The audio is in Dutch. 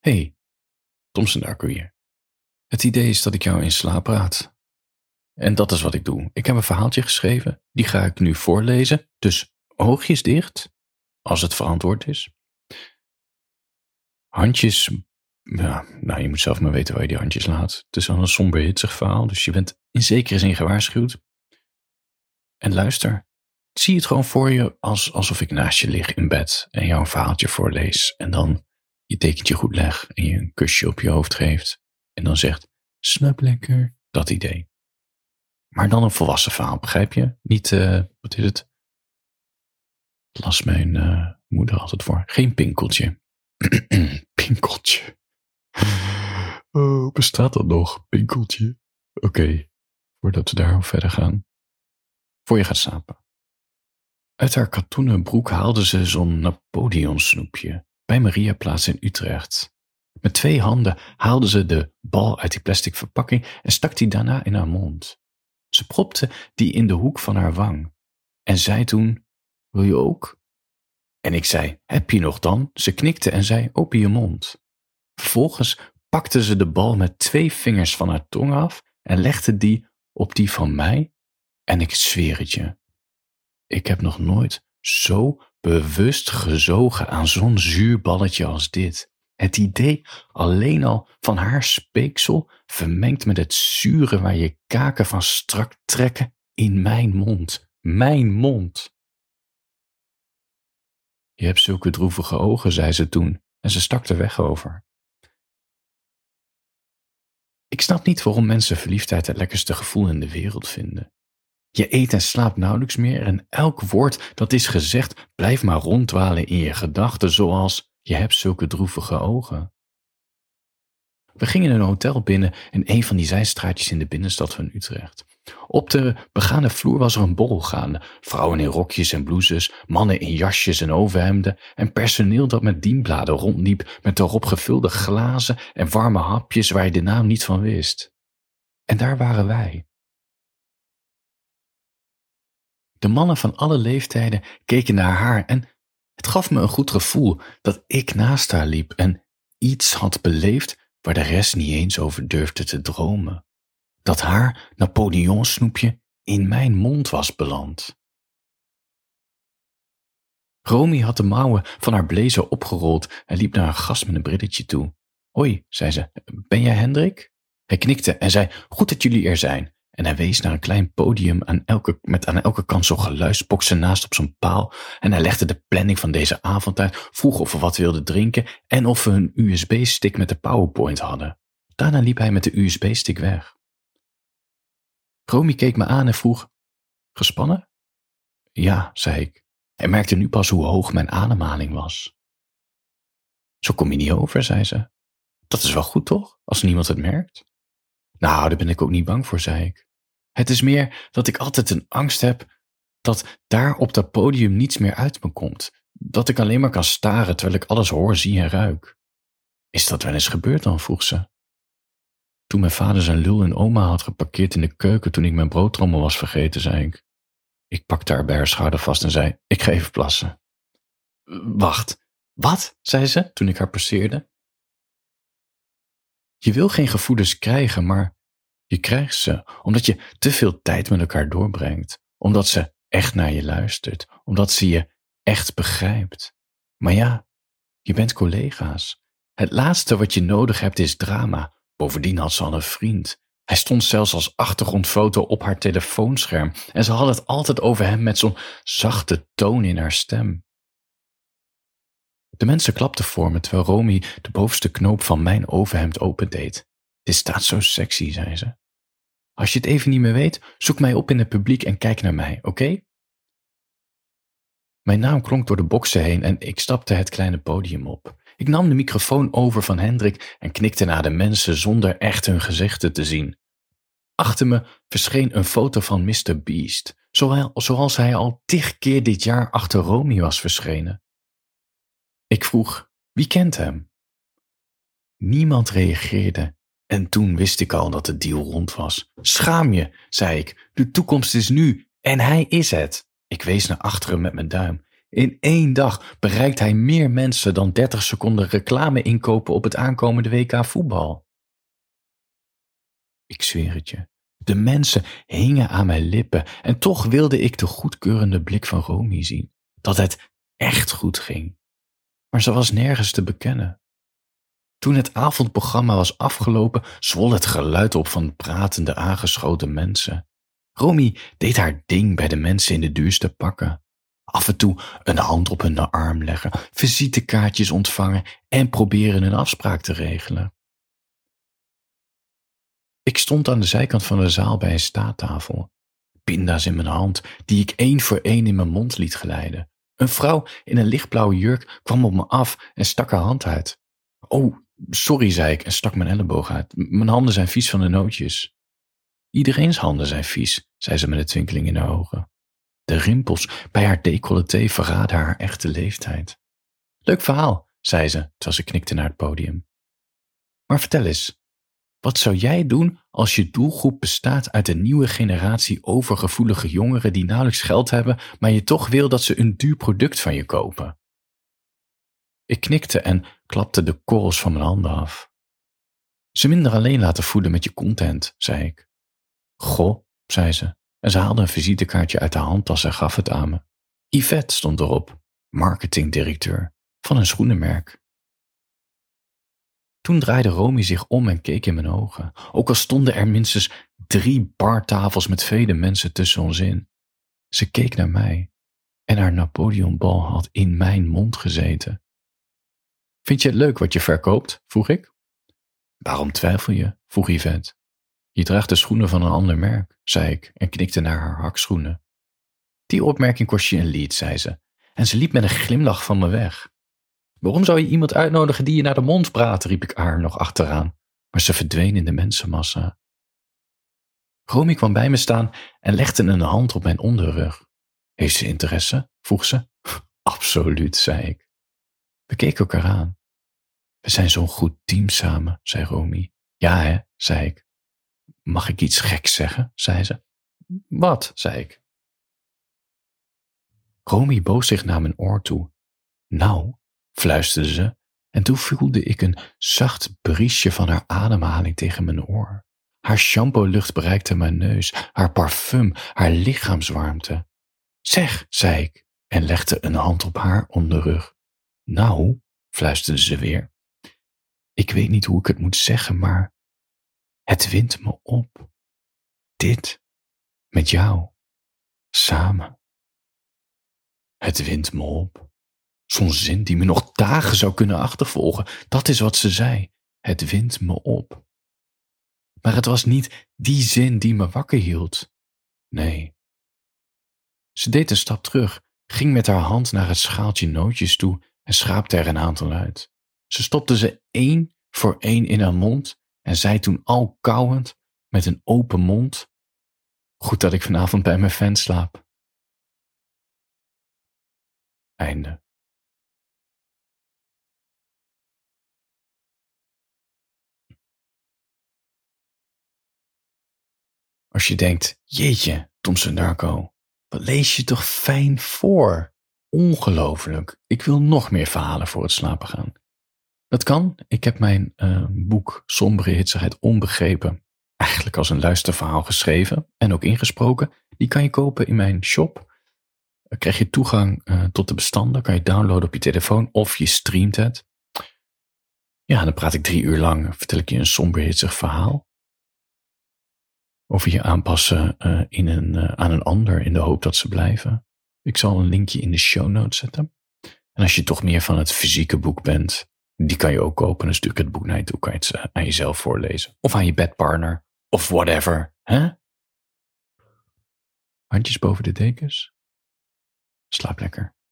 Hey, Thomson Darko hier. Het idee is dat ik jou in slaap praat. En dat is wat ik doe. Ik heb een verhaaltje geschreven. Die ga ik nu voorlezen. Dus oogjes dicht, als het verantwoord is. Handjes, je moet zelf maar weten waar je die handjes laat. Het is al een somber hitsig verhaal, dus je bent in zekere zin gewaarschuwd. En luister, zie het gewoon voor je alsof ik naast je lig in bed en jou een verhaaltje voorlees. En dan je dekentje goed leg en je een kusje op je hoofd geeft. En dan zegt, slaap lekker, dat idee. Maar dan een volwassen verhaal, begrijp je? Niet, wat is het? Las mijn moeder altijd voor. Geen pinkeltje. Pinkeltje. Oh, bestaat dat nog? Pinkeltje? Oké, voordat we daar verder gaan. Voor je gaat slapen. Uit haar katoenen broek haalde ze zo'n Napoleon snoepje. Bij Mariaplaats in Utrecht. Met 2 handen haalde ze de bal uit die plastic verpakking en stak die daarna in haar mond. Ze propte die in de hoek van haar wang. En zei toen, wil je ook? En ik zei, heb je nog dan? Ze knikte en zei, open je mond. Vervolgens pakte ze de bal met 2 vingers van haar tong af en legde die op die van mij. En ik zweer het je, ik heb nog nooit zo bewust gezogen aan zo'n zuur balletje als dit. Het idee alleen al van haar speeksel, vermengd met het zure waar je kaken van strak trekken, in mijn mond. Mijn mond. Je hebt zulke droevige ogen, zei ze toen, en ze stak er weg over. Ik snap niet waarom mensen verliefdheid het lekkerste gevoel in de wereld vinden. Je eet en slaapt nauwelijks meer en elk woord dat is gezegd blijft maar ronddwalen in je gedachten, zoals je hebt zulke droevige ogen. We gingen een hotel binnen in een van die zijstraatjes in de binnenstad van Utrecht. Op de begane vloer was er een borrel gaande. Vrouwen in rokjes en blouses, mannen in jasjes en overhemden en personeel dat met dienbladen rondliep met daarop gevulde glazen en warme hapjes waar je de naam niet van wist. En daar waren wij. De mannen van alle leeftijden keken naar haar en het gaf me een goed gevoel dat ik naast haar liep en iets had beleefd waar de rest niet eens over durfde te dromen. Dat haar Napoleon snoepje in mijn mond was beland. Romy had de mouwen van haar blazer opgerold en liep naar een gast met een brilletje toe. Hoi, zei ze, ben jij Hendrik? Hij knikte en zei, goed dat jullie er zijn. En hij wees naar een klein podium met aan elke kant zo'n geluidsboksen naast op zo'n paal. En hij legde de planning van deze avond uit, vroeg of we wat wilden drinken en of we een USB-stick met de PowerPoint hadden. Daarna liep hij met de USB-stick weg. Romy keek me aan en vroeg, gespannen? Ja, zei ik. Hij merkte nu pas hoe hoog mijn ademhaling was. Zo kom je niet over, zei ze. Dat is wel goed toch, als niemand het merkt? Nou, daar ben ik ook niet bang voor, zei ik. Het is meer dat ik altijd een angst heb dat daar op dat podium niets meer uit me komt. Dat ik alleen maar kan staren terwijl ik alles hoor, zie en ruik. Is dat wel eens gebeurd dan, vroeg ze. Toen mijn vader zijn lul en oma had geparkeerd in de keuken toen ik mijn broodtrommel was vergeten, zei ik. Ik pakte haar bij haar schouder vast en zei, ik ga even plassen. Wacht, wat? Zei ze toen ik haar passeerde. Je wil geen gevoelens krijgen, maar je krijgt ze omdat je te veel tijd met elkaar doorbrengt. Omdat ze echt naar je luistert. Omdat ze je echt begrijpt. Maar ja, je bent collega's. Het laatste wat je nodig hebt is drama. Bovendien had ze al een vriend. Hij stond zelfs als achtergrondfoto op haar telefoonscherm. En ze had het altijd over hem met zo'n zachte toon in haar stem. De mensen klapten voor me terwijl Romy de bovenste knoop van mijn overhemd opendeed. Dit staat zo sexy, zei ze. Als je het even niet meer weet, zoek mij op in het publiek en kijk naar mij, oké? Mijn naam klonk door de boksen heen en ik stapte het kleine podium op. Ik nam de microfoon over van Hendrik en knikte naar de mensen zonder echt hun gezichten te zien. Achter me verscheen een foto van Mr. Beast, zoals hij al 10 keer dit jaar achter Romy was verschenen. Ik vroeg, wie kent hem? Niemand reageerde en toen wist ik al dat de deal rond was. Schaam je, zei ik, de toekomst is nu en hij is het. Ik wees naar achteren met mijn duim. In 1 dag bereikt hij meer mensen dan 30 seconden reclame inkopen op het aankomende WK voetbal. Ik zweer het je. De mensen hingen aan mijn lippen en toch wilde ik de goedkeurende blik van Romy zien. Dat het echt goed ging. Maar ze was nergens te bekennen. Toen het avondprogramma was afgelopen, zwol het geluid op van pratende aangeschoten mensen. Romy deed haar ding bij de mensen in de duurste pakken. Af en toe een hand op hun arm leggen, visitekaartjes ontvangen en proberen een afspraak te regelen. Ik stond aan de zijkant van de zaal bij een staattafel. Pinda's in mijn hand, die ik 1 voor 1 in mijn mond liet glijden. Een vrouw in een lichtblauwe jurk kwam op me af en stak haar hand uit. Oh, sorry, zei ik en stak mijn elleboog uit. Mijn handen zijn vies van de nootjes. Iedereen's handen zijn vies, zei ze met een twinkeling in haar ogen. De rimpels bij haar decolleté verraadden haar echte leeftijd. Leuk verhaal, zei ze, terwijl ze knikte naar het podium. Maar vertel eens, wat zou jij doen als je doelgroep bestaat uit een nieuwe generatie overgevoelige jongeren die nauwelijks geld hebben, maar je toch wil dat ze een duur product van je kopen? Ik knikte en klapte de korrels van mijn handen af. Ze minder alleen laten voeden met je content, zei ik. Goh, zei ze, en ze haalde een visitekaartje uit haar handtas en gaf het aan me. Yvette stond erop, marketingdirecteur van een schoenenmerk. Toen draaide Romy zich om en keek in mijn ogen, ook al stonden er minstens 3 bartafels met vele mensen tussen ons in. Ze keek naar mij en haar Napoleonbal had in mijn mond gezeten. Vind je het leuk wat je verkoopt? Vroeg ik. Waarom twijfel je? Vroeg Yvette. Je draagt de schoenen van een ander merk, zei ik en knikte naar haar hakschoenen. Die opmerking kost je een lied, zei ze, en ze liep met een glimlach van me weg. Waarom zou je iemand uitnodigen die je naar de mond praat, riep ik haar nog achteraan, maar ze verdween in de mensenmassa. Romy kwam bij me staan en legde een hand op mijn onderrug. Heeft ze interesse? Vroeg ze. Absoluut, zei ik. We keken elkaar aan. We zijn zo'n goed team samen, zei Romy. Ja hè, zei ik. Mag ik iets geks zeggen, zei ze. Wat, zei ik. Romy boog zich naar mijn oor toe. Nou, fluisterde ze, en toen voelde ik een zacht briesje van haar ademhaling tegen mijn oor. Haar shampoolucht bereikte mijn neus, haar parfum, haar lichaamswarmte. Zeg, zei ik, en legde een hand op haar onderrug. Nou, fluisterde ze weer. Ik weet niet hoe ik het moet zeggen, maar het wint me op. Dit, met jou, samen. Het wint me op. Zo'n zin die me nog dagen zou kunnen achtervolgen, dat is wat ze zei. Het wint me op. Maar het was niet die zin die me wakker hield. Nee. Ze deed een stap terug, ging met haar hand naar het schaaltje nootjes toe en schraapte er een aantal uit. Ze stopte ze 1 voor 1 in haar mond en zei toen al kauwend, met een open mond: Goed dat ik vanavond bij mijn fans slaap. Einde. Als je denkt, jeetje, Thompson Darko, wat lees je toch fijn voor? Ongelooflijk. Ik wil nog meer verhalen voor het slapen gaan. Dat kan. Ik heb mijn boek Sombere Hitsigheid Onbegrepen eigenlijk als een luisterverhaal geschreven en ook ingesproken. Die kan je kopen in mijn shop. Dan krijg je toegang tot de bestanden. Kan je downloaden op je telefoon of je streamt het. Ja, dan praat ik 3 uur lang. Vertel ik je een somber hitsig verhaal. Of je aanpassen aan een ander in de hoop dat ze blijven. Ik zal een linkje in de show notes zetten. En als je toch meer van het fysieke boek bent, die kan je ook kopen. Dan stuur ik het boek naar je toe. Kan je het aan jezelf voorlezen. Of aan je bedpartner. Of whatever. Hè? Handjes boven de dekens. Slaap lekker.